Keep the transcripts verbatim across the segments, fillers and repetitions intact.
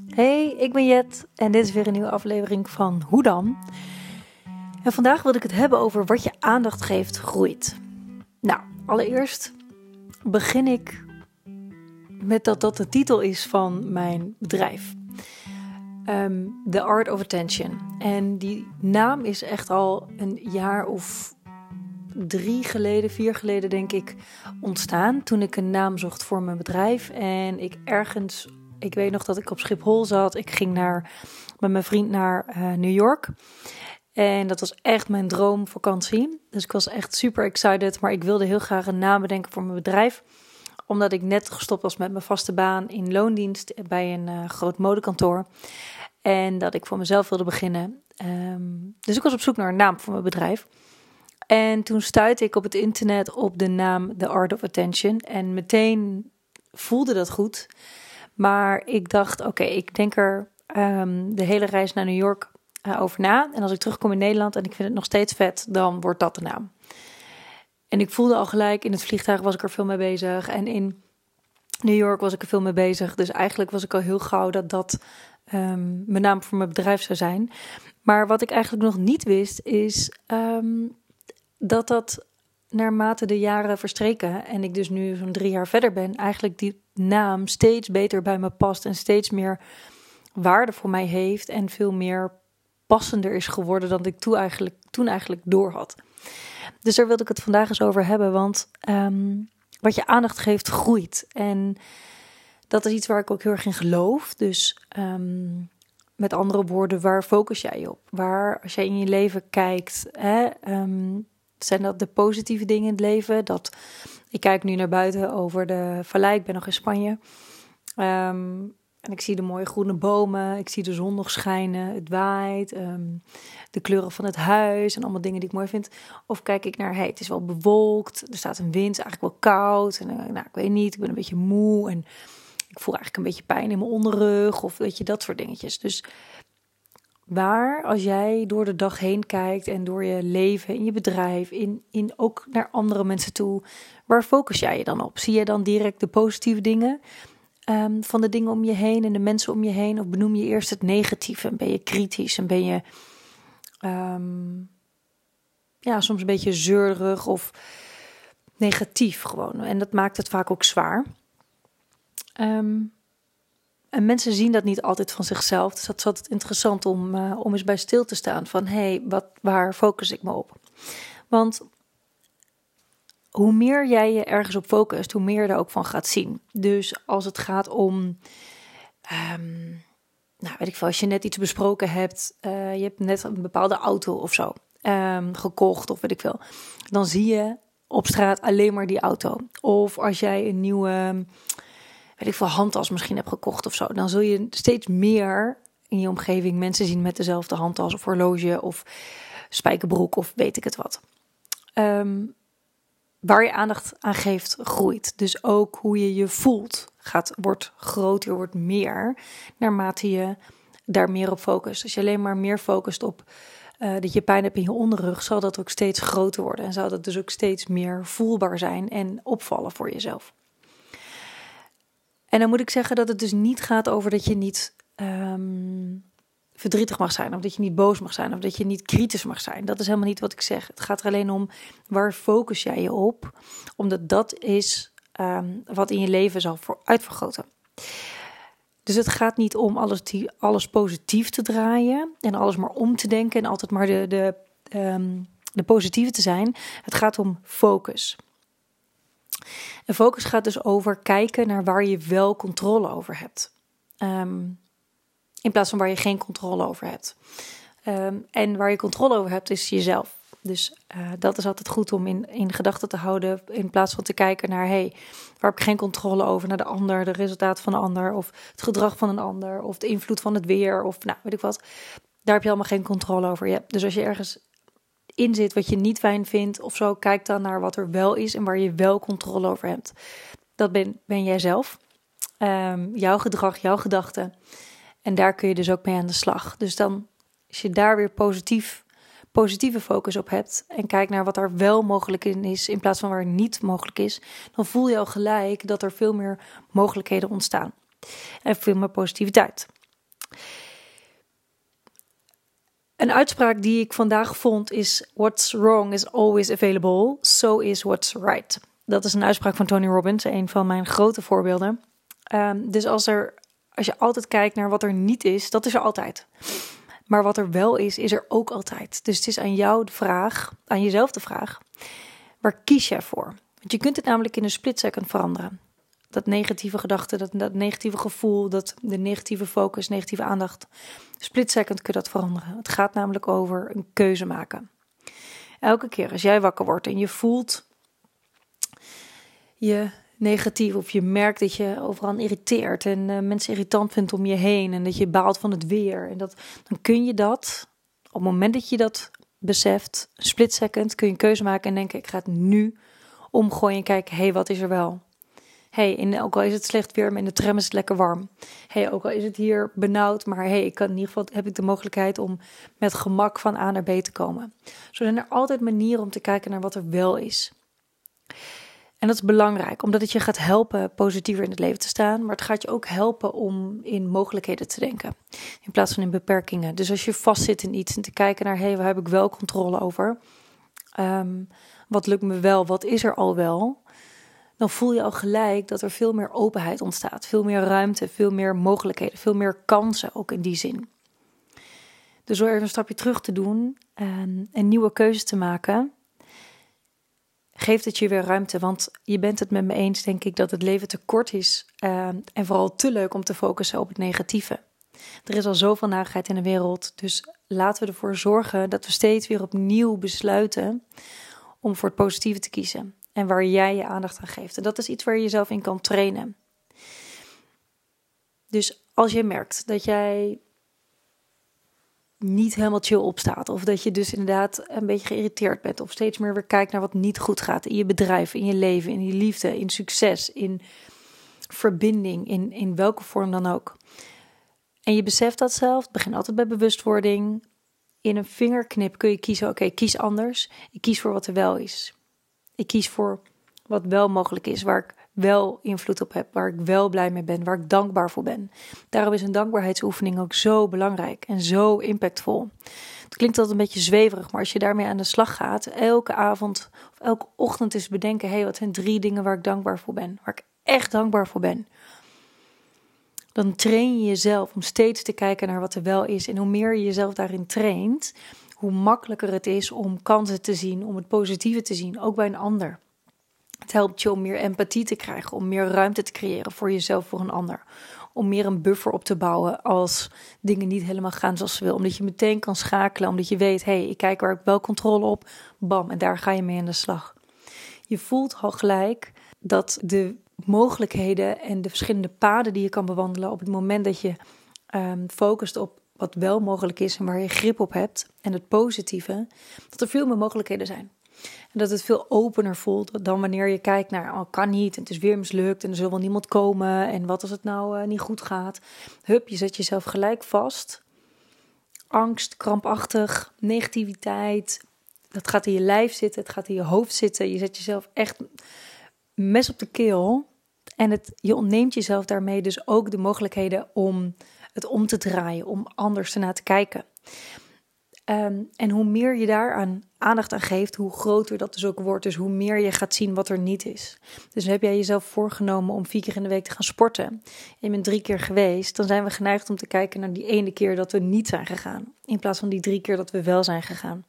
Hey, ik ben Jet en dit is weer een nieuwe aflevering van Hoe dan? En vandaag wil ik het hebben over wat je aandacht geeft groeit. Nou, allereerst begin ik met dat dat de titel is van mijn bedrijf. Um, The Art of Attention. En die naam is echt al een jaar of drie geleden, vier geleden denk ik ontstaan. Toen ik een naam zocht voor mijn bedrijf en ik ergens... Ik weet nog dat ik op Schiphol zat. Ik ging naar, met mijn vriend naar uh, New York. En dat was echt mijn droomvakantie. Dus ik was echt super excited. Maar ik wilde heel graag een naam bedenken voor mijn bedrijf. Omdat ik net gestopt was met mijn vaste baan in loondienst bij een uh, groot modekantoor. En dat ik voor mezelf wilde beginnen. Um, dus ik was op zoek naar een naam voor mijn bedrijf. En toen stuitte ik op het internet op de naam The Art of Attention. En meteen voelde dat goed. Maar ik dacht, oké, okay, ik denk er um, de hele reis naar New York uh, over na. En als ik terugkom in Nederland en ik vind het nog steeds vet, dan wordt dat de naam. En ik voelde al gelijk, in het vliegtuig was ik er veel mee bezig. En in New York was ik er veel mee bezig. Dus eigenlijk was ik al heel gauw dat dat um, mijn naam voor mijn bedrijf zou zijn. Maar wat ik eigenlijk nog niet wist, is um, dat dat... naarmate de jaren verstreken en ik dus nu zo'n drie jaar verder ben, eigenlijk die naam steeds beter bij me past en steeds meer waarde voor mij heeft en veel meer passender is geworden dan ik toen eigenlijk, toen eigenlijk door had. Dus daar wilde ik het vandaag eens over hebben, want um, wat je aandacht geeft groeit. En dat is iets waar ik ook heel erg in geloof. Dus um, met andere woorden, waar focus jij je op? Waar, als jij in je leven kijkt, hè, um, zijn dat de positieve dingen in het leven? Dat, ik kijk nu naar buiten over de vallei. Ik ben nog in Spanje. Um, en ik zie de mooie groene bomen. Ik zie de zon nog schijnen. Het waait. Um, de kleuren van het huis. En allemaal dingen die ik mooi vind. Of kijk ik naar, hey, het is wel bewolkt. Er staat een wind. Het is eigenlijk wel koud. En nou, ik weet niet. Ik ben een beetje moe. En ik voel eigenlijk een beetje pijn in mijn onderrug. Of weet je, dat soort dingetjes. Dus... waar, als jij door de dag heen kijkt en door je leven, in je bedrijf, in, in ook naar andere mensen toe, waar focus jij je dan op? Zie je dan direct de positieve dingen um, van de dingen om je heen en de mensen om je heen? Of benoem je eerst het negatieve en ben je kritisch en ben je um, ja, soms een beetje zeurig of negatief gewoon? En dat maakt het vaak ook zwaar. Um, En mensen zien dat niet altijd van zichzelf. Dus dat is altijd interessant om, uh, om eens bij stil te staan. Van, hé, hey, wat, waar focus ik me op? Want hoe meer jij je ergens op focust, hoe meer je er ook van gaat zien. Dus als het gaat om... Um, nou, weet ik veel, als je net iets besproken hebt. Uh, je hebt net een bepaalde auto of zo um, gekocht of weet ik veel. Dan zie je op straat alleen maar die auto. Of als jij een nieuwe... weet ik veel, handtas misschien heb gekocht of zo, dan zul je steeds meer in je omgeving mensen zien met dezelfde handtas of horloge of spijkerbroek of weet ik het wat. Um, waar je aandacht aan geeft, groeit. Dus ook hoe je je voelt gaat, wordt groter, wordt meer, naarmate je daar meer op focust. Als je alleen maar meer focust op uh, dat je pijn hebt in je onderrug, zal dat ook steeds groter worden en zal dat dus ook steeds meer voelbaar zijn en opvallen voor jezelf. En dan moet ik zeggen dat het dus niet gaat over dat je niet um, verdrietig mag zijn. Of dat je niet boos mag zijn. Of dat je niet kritisch mag zijn. Dat is helemaal niet wat ik zeg. Het gaat er alleen om, waar focus jij je op? Omdat dat is um, wat in je leven zal voor uitvergroten. Dus het gaat niet om alles, die, alles positief te draaien. En alles maar om te denken. En altijd maar de, de, um, de positieve te zijn. Het gaat om focus. En focus gaat dus over kijken naar waar je wel controle over hebt. Um, in plaats van waar je geen controle over hebt. Um, en waar je controle over hebt is jezelf. Dus uh, dat is altijd goed om in, in gedachten te houden. In plaats van te kijken naar, hey, waar heb ik geen controle over? Naar de ander, de resultaten van de ander. Of het gedrag van een ander. Of de invloed van het weer. Of nou, weet ik wat. Daar heb je allemaal geen controle over. Ja, dus als je ergens in zit wat je niet fijn vindt of zo, kijk dan naar wat er wel is en waar je wel controle over hebt. Dat ben, ben jij zelf. Um, jouw gedrag, jouw gedachten. En daar kun je dus ook mee aan de slag. Dus dan, als je daar weer positief, positieve focus op hebt en kijkt naar wat er wel mogelijk in is in plaats van waar het niet mogelijk is, dan voel je al gelijk dat er veel meer mogelijkheden ontstaan. En veel meer positiviteit. Een uitspraak die ik vandaag vond is: what's wrong is always available, so is what's right. Dat is een uitspraak van Tony Robbins, een van mijn grote voorbeelden. Um, dus als, er, als je altijd kijkt naar wat er niet is, dat is er altijd. Maar wat er wel is, is er ook altijd. Dus het is aan jou de vraag, aan jezelf de vraag, waar kies jij voor? Want je kunt het namelijk in een split second veranderen. Dat negatieve gedachte, dat, dat negatieve gevoel, dat de negatieve focus, negatieve aandacht. Split second kun je dat veranderen. Het gaat namelijk over een keuze maken. Elke keer als jij wakker wordt en je voelt je negatief of je merkt dat je overal irriteert en uh, mensen irritant vindt om je heen en dat je baalt van het weer. En dat, dan kun je dat, op het moment dat je dat beseft, split second, kun je een keuze maken en denken: ik ga het nu omgooien en kijken, hé, hey, wat is er wel? Hé, hey, ook al is het slecht weer, maar in de tram is het lekker warm. Hé, hey, ook al is het hier benauwd, maar hé, hey, ik kan in ieder geval heb ik de mogelijkheid om met gemak van A naar B te komen. Zo zijn er altijd manieren om te kijken naar wat er wel is. En dat is belangrijk, omdat het je gaat helpen positiever in het leven te staan, maar het gaat je ook helpen om in mogelijkheden te denken, in plaats van in beperkingen. Dus als je vastzit in iets en te kijken naar, hé, hey, waar heb ik wel controle over? Um, wat lukt me wel? Wat is er al wel? Dan voel je al gelijk dat er veel meer openheid ontstaat. Veel meer ruimte, veel meer mogelijkheden, veel meer kansen ook in die zin. Dus door even een stapje terug te doen um, en nieuwe keuzes te maken, geeft het je weer ruimte. Want je bent het met me eens, denk ik, dat het leven te kort is um, en vooral te leuk om te focussen op het negatieve. Er is al zoveel narigheid in de wereld, dus laten we ervoor zorgen dat we steeds weer opnieuw besluiten om voor het positieve te kiezen. En waar jij je aandacht aan geeft. En dat is iets waar je jezelf in kan trainen. Dus als je merkt dat jij niet helemaal chill opstaat. Of dat je dus inderdaad een beetje geïrriteerd bent. Of steeds meer weer kijkt naar wat niet goed gaat. In je bedrijf, in je leven, in je liefde, in succes, in verbinding. In, in welke vorm dan ook. En je beseft dat zelf. Begin altijd bij bewustwording. In een vingerknip kun je kiezen. Oké, okay, kies anders. Ik kies voor wat er wel is. Ik kies voor wat wel mogelijk is, waar ik wel invloed op heb, waar ik wel blij mee ben, waar ik dankbaar voor ben. Daarom is een dankbaarheidsoefening ook zo belangrijk en zo impactvol. Het klinkt altijd een beetje zweverig, maar als je daarmee aan de slag gaat, elke avond of elke ochtend is bedenken, hé, hey, wat zijn drie dingen waar ik dankbaar voor ben, waar ik echt dankbaar voor ben. Dan train je jezelf om steeds te kijken naar wat er wel is. En hoe meer je jezelf daarin traint, hoe makkelijker het is om kansen te zien, om het positieve te zien, ook bij een ander. Het helpt je om meer empathie te krijgen, om meer ruimte te creëren voor jezelf, voor een ander. Om meer een buffer op te bouwen als dingen niet helemaal gaan zoals ze wil. Omdat je meteen kan schakelen, omdat je weet, hé, hey, ik kijk waar ik wel controle op, bam, en daar ga je mee aan de slag. Je voelt al gelijk dat de mogelijkheden en de verschillende paden die je kan bewandelen op het moment dat je um, focust op wat wel mogelijk is en waar je grip op hebt en het positieve, dat er veel meer mogelijkheden zijn. En dat het veel opener voelt dan wanneer je kijkt naar, oh, kan niet, en het is weer mislukt en er zal wel niemand komen en wat als het nou uh, niet goed gaat. Hup, je zet jezelf gelijk vast. Angst, krampachtig, negativiteit, dat gaat in je lijf zitten, het gaat in je hoofd zitten. Je zet jezelf echt mes op de keel en het, je ontneemt jezelf daarmee dus ook de mogelijkheden om het om te draaien, om anders ernaar te kijken. Um, en hoe meer je daaraan aandacht aan geeft, hoe groter dat dus ook wordt. Dus hoe meer je gaat zien wat er niet is. Dus heb jij jezelf voorgenomen om vier keer in de week te gaan sporten. En je bent drie keer geweest. Dan zijn we geneigd om te kijken naar die ene keer dat we niet zijn gegaan. In plaats van die drie keer dat we wel zijn gegaan.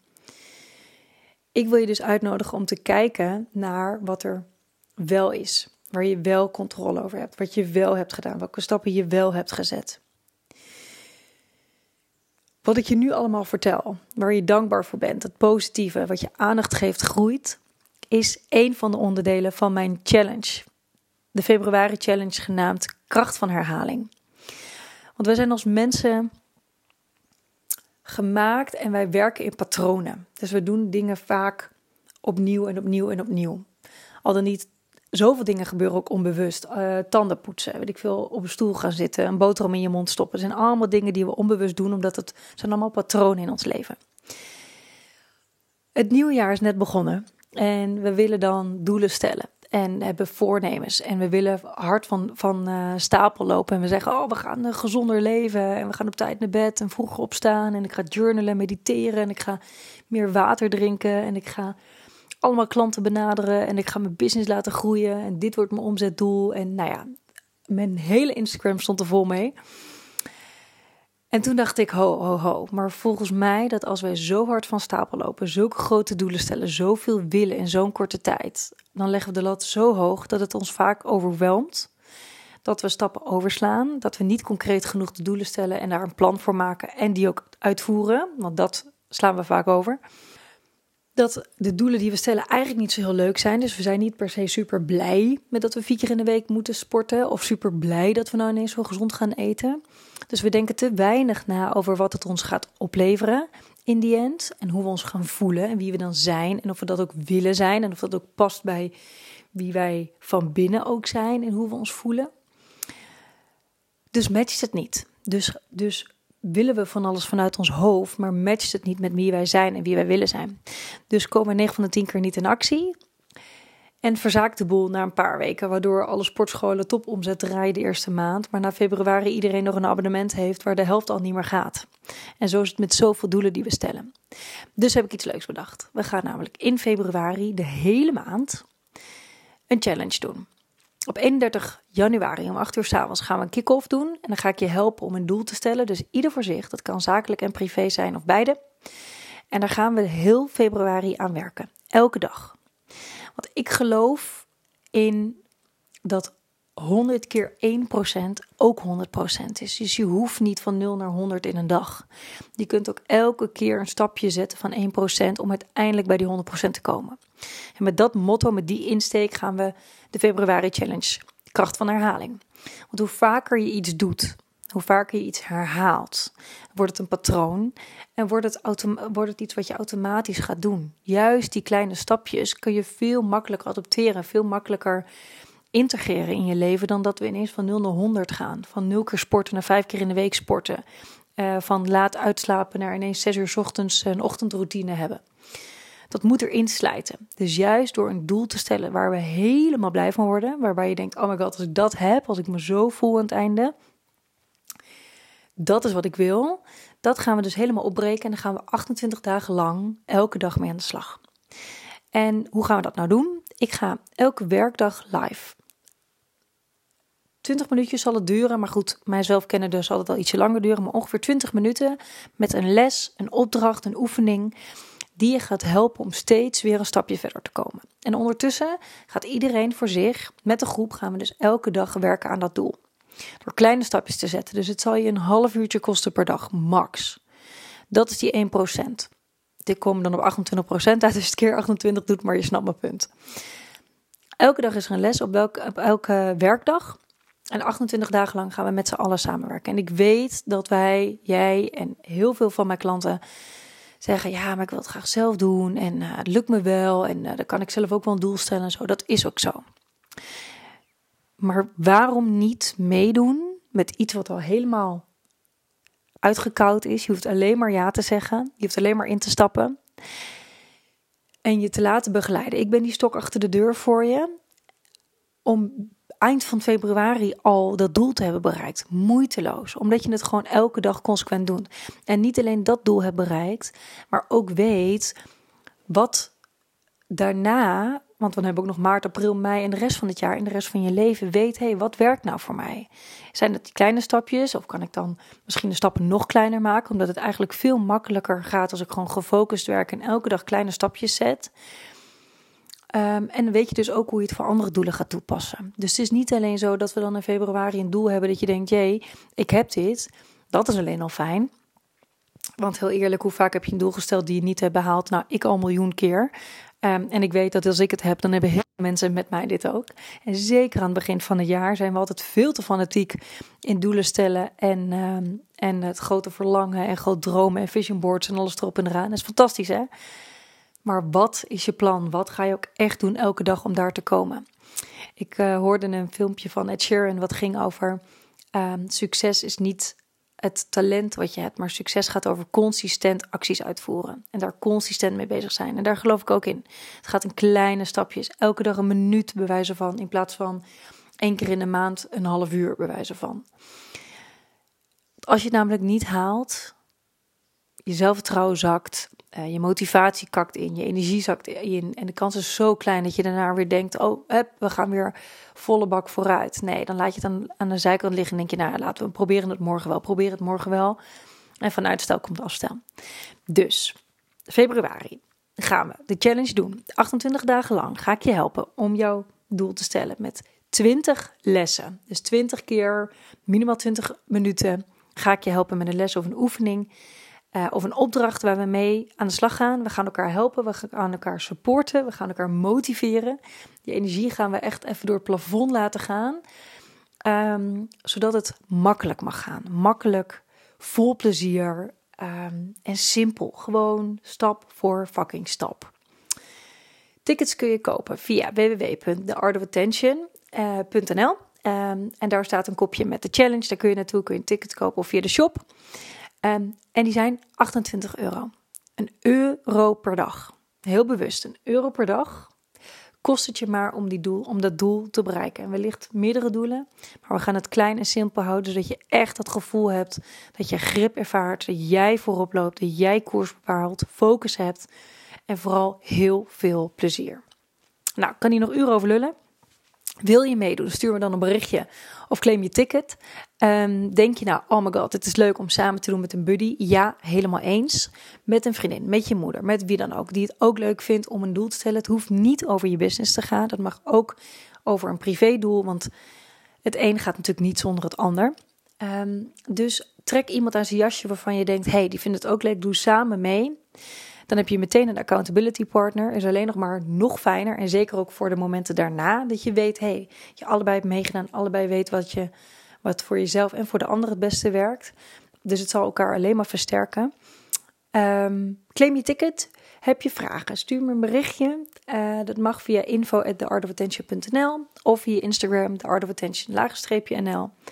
Ik wil je dus uitnodigen om te kijken naar wat er wel is. Waar je wel controle over hebt. Wat je wel hebt gedaan. Welke stappen je wel hebt gezet. Wat ik je nu allemaal vertel, waar je dankbaar voor bent, het positieve, wat je aandacht geeft, groeit, is één van de onderdelen van mijn challenge. De februari challenge genaamd Kracht van Herhaling. Want wij zijn als mensen gemaakt en wij werken in patronen. Dus we doen dingen vaak opnieuw en opnieuw en opnieuw. Al dan niet, zoveel dingen gebeuren ook onbewust. Uh, tanden poetsen, weet ik veel, op een stoel gaan zitten, een boterham in je mond stoppen. Het zijn allemaal dingen die we onbewust doen, omdat het zijn allemaal patronen in ons leven. Het nieuwe jaar is net begonnen en we willen dan doelen stellen. en hebben voornemens. En we willen hard van, van uh, stapel lopen. En we zeggen, oh, we gaan uh, gezonder leven. En we gaan op tijd naar bed en vroeger opstaan. En ik ga journalen, mediteren. En ik ga meer water drinken. En ik ga allemaal klanten benaderen. En ik ga mijn business laten groeien. En dit wordt mijn omzetdoel. En nou ja, mijn hele Instagram stond er vol mee. En toen dacht ik, ho, ho, ho. Maar volgens mij dat als wij zo hard van stapel lopen, zulke grote doelen stellen, zoveel willen in zo'n korte tijd, dan leggen we de lat zo hoog dat het ons vaak overweldigt. Dat we stappen overslaan, dat we niet concreet genoeg de doelen stellen en daar een plan voor maken en die ook uitvoeren, want dat slaan we vaak over. Dat de doelen die we stellen eigenlijk niet zo heel leuk zijn. Dus we zijn niet per se super blij met dat we vier keer in de week moeten sporten. Of super blij dat we nou ineens zo gezond gaan eten. Dus we denken te weinig na over wat het ons gaat opleveren in die end. En hoe we ons gaan voelen en wie we dan zijn. En of we dat ook willen zijn. En of dat ook past bij wie wij van binnen ook zijn. En hoe we ons voelen. Dus matcht het niet. Dus... dus willen we van alles vanuit ons hoofd, maar matcht het niet met wie wij zijn en wie wij willen zijn. Dus komen we negen van de tien keer niet in actie en verzaakt de boel na een paar weken, waardoor alle sportscholen topomzet draaien de eerste maand, maar na februari iedereen nog een abonnement heeft waar de helft al niet meer gaat. En zo is het met zoveel doelen die we stellen. Dus heb ik iets leuks bedacht. We gaan namelijk in februari de hele maand een challenge doen. Op eenendertig januari om acht uur 's avonds gaan we een kick-off doen. En dan ga ik je helpen om een doel te stellen. Dus ieder voor zich. Dat kan zakelijk en privé zijn of beide. En daar gaan we heel februari aan werken. Elke dag. Want ik geloof in dat honderd keer één procent ook honderd procent is. Dus je hoeft niet van nul naar honderd in een dag. Je kunt ook elke keer een stapje zetten van één procent om uiteindelijk bij die honderd procent te komen. En met dat motto, met die insteek gaan we de februari challenge, de kracht van herhaling. Want hoe vaker je iets doet, hoe vaker je iets herhaalt, wordt het een patroon en wordt het, autom- wordt het iets wat je automatisch gaat doen. Juist die kleine stapjes kun je veel makkelijker adopteren, veel makkelijker integreren in je leven dan dat we ineens van nul naar honderd gaan. Van nul keer sporten naar vijf keer in de week sporten. Uh, van laat uitslapen naar ineens zes uur 's ochtends een ochtendroutine hebben. Dat moet erin slijten. Dus juist door een doel te stellen waar we helemaal blij van worden. Waarbij je denkt, oh my god, als ik dat heb, als ik me zo voel aan het einde. Dat is wat ik wil. Dat gaan we dus helemaal opbreken. En dan gaan we achtentwintig dagen lang elke dag mee aan de slag. En hoe gaan we dat nou doen? Ik ga elke werkdag live. twintig minuutjes zal het duren, maar goed, mijzelf kennen dus zal het al ietsje langer duren. Maar ongeveer twintig minuten met een les, een opdracht, een oefening die je gaat helpen om steeds weer een stapje verder te komen. En ondertussen gaat iedereen voor zich, met de groep gaan we dus elke dag werken aan dat doel. Door kleine stapjes te zetten. Dus het zal je een half uurtje kosten per dag, max. Dat is die één procent. Dit komt dan op achtentwintig procent uit als je het keer achtentwintig doet, maar je snapt mijn punt. Elke dag is er een les op, welke, op elke werkdag. En achtentwintig dagen lang gaan we met z'n allen samenwerken. En ik weet dat wij, jij en heel veel van mijn klanten zeggen, ja, maar ik wil het graag zelf doen. En uh, het lukt me wel. En uh, dan kan ik zelf ook wel een doel stellen en zo. Dat is ook zo. Maar waarom niet meedoen met iets wat al helemaal uitgekoud is? Je hoeft alleen maar ja te zeggen. Je hoeft alleen maar in te stappen. En je te laten begeleiden. Ik ben die stok achter de deur voor je. Om eind van februari al dat doel te hebben bereikt. Moeiteloos. Omdat je het gewoon elke dag consequent doet. En niet alleen dat doel hebt bereikt. Maar ook weet wat daarna. Want dan hebben we ook nog maart, april, mei en de rest van het jaar. En de rest van je leven weet. Hé, hey, wat werkt nou voor mij? Zijn dat die kleine stapjes? Of kan ik dan misschien de stappen nog kleiner maken? Omdat het eigenlijk veel makkelijker gaat als ik gewoon gefocust werk. En elke dag kleine stapjes zet. Um, en dan weet je dus ook hoe je het voor andere doelen gaat toepassen. Dus het is niet alleen zo dat we dan in februari een doel hebben dat je denkt, jee, ik heb dit. Dat is alleen al fijn. Want heel eerlijk, hoe vaak heb je een doel gesteld die je niet hebt behaald? Nou, ik al een miljoen keer. Um, en ik weet dat als ik het heb, dan hebben heel veel mensen met mij dit ook. En zeker aan het begin van het jaar zijn we altijd veel te fanatiek in doelen stellen. En, um, en het grote verlangen en groot dromen en vision boards en alles erop en eraan. Dat is fantastisch, hè? Maar wat is je plan? Wat ga je ook echt doen elke dag om daar te komen? Ik uh, hoorde een filmpje van Ed Sheeran wat ging over um, succes is niet het talent wat je hebt. Maar succes gaat over consistent acties uitvoeren. En daar consistent mee bezig zijn. En daar geloof ik ook in. Het gaat in kleine stapjes. Elke dag een minuut bewijzen van. In plaats van één keer in de maand een half uur bewijzen van. Als je het namelijk niet haalt, je zelfvertrouwen zakt, uh, je motivatie kakt in, je energie zakt in. En de kans is zo klein dat je daarna weer denkt, oh, hup, we gaan weer volle bak vooruit. Nee, dan laat je het aan, aan de zijkant liggen en denk je, nou, laten we proberen het morgen wel, proberen het morgen wel. En van uitstel komt afstel. Dus, februari gaan we de challenge doen. achtentwintig dagen lang ga ik je helpen om jouw doel te stellen met twintig lessen. Dus twintig keer, minimaal twintig minuten ga ik je helpen met een les of een oefening. Uh, of een opdracht waar we mee aan de slag gaan. We gaan elkaar helpen, we gaan elkaar supporten, we gaan elkaar motiveren. Die energie gaan we echt even door het plafond laten gaan. Um, zodat het makkelijk mag gaan. Makkelijk, vol plezier um, en simpel. Gewoon stap voor fucking stap. Tickets kun je kopen via w w w punt the art of attention punt n l. Um, en daar staat een kopje met de challenge. Daar kun je naartoe, kun je een ticket kopen of via de shop. Um, en die zijn achtentwintig euro. Een euro per dag. Heel bewust, een euro per dag kost het je maar om, die doel, om dat doel te bereiken. En wellicht meerdere doelen, maar we gaan het klein en simpel houden, zodat je echt het gevoel hebt dat je grip ervaart, dat jij voorop loopt, dat jij koers bepaalt, focus hebt en vooral heel veel plezier. Nou, ik kan hier nog uren over lullen. Wil je meedoen? Stuur me dan een berichtje of claim je ticket. Um, denk je nou, oh my god, het is leuk om samen te doen met een buddy? Ja, helemaal eens. Met een vriendin, met je moeder, met wie dan ook. Die het ook leuk vindt om een doel te stellen. Het hoeft niet over je business te gaan. Dat mag ook over een privédoel. Want het een gaat natuurlijk niet zonder het ander. Um, dus trek iemand aan zijn jasje waarvan je denkt, hey, die vindt het ook leuk. Doe samen mee. Dan heb je meteen een accountability partner. Is alleen nog maar nog fijner. En zeker ook voor de momenten daarna. Dat je weet, hey, je allebei hebt meegedaan. Allebei weet wat, je, wat voor jezelf en voor de ander het beste werkt. Dus het zal elkaar alleen maar versterken. Um, claim je ticket. Heb je vragen? Stuur me een berichtje. Uh, dat mag via info at the art of attention punt n l. Of via Instagram, the art of attention, laagstreepje N L.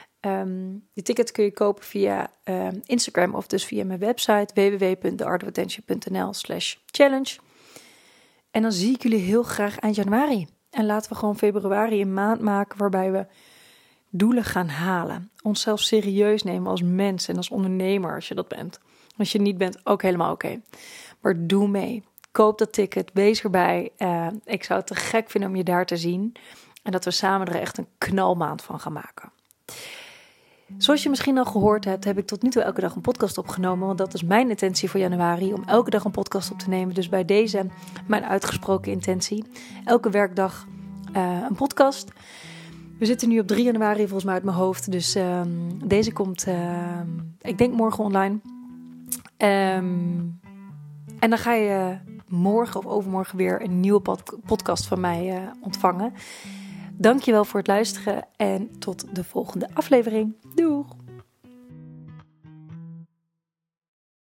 Um, die ticket kun je kopen via uh, Instagram of dus via mijn website w w w punt the art of attention punt n l slash challenge. En dan zie ik jullie heel graag eind januari. En laten we gewoon februari een maand maken waarbij we doelen gaan halen. Onszelf serieus nemen als mens en als ondernemer als je dat bent. Als je niet bent, ook helemaal oké. Okay. Maar doe mee. Koop dat ticket, wees erbij. Uh, ik zou het te gek vinden om je daar te zien. En dat we samen er echt een knalmaand van gaan maken. Zoals je misschien al gehoord hebt, heb ik tot nu toe elke dag een podcast opgenomen. Want dat is mijn intentie voor januari, om elke dag een podcast op te nemen. Dus bij deze mijn uitgesproken intentie. Elke werkdag uh, een podcast. We zitten nu op drie januari volgens mij uit mijn hoofd. Dus um, deze komt, uh, ik denk morgen online. Um, en dan ga je morgen of overmorgen weer een nieuwe pod- podcast van mij uh, ontvangen. Dankjewel voor het luisteren en tot de volgende aflevering. Doeg!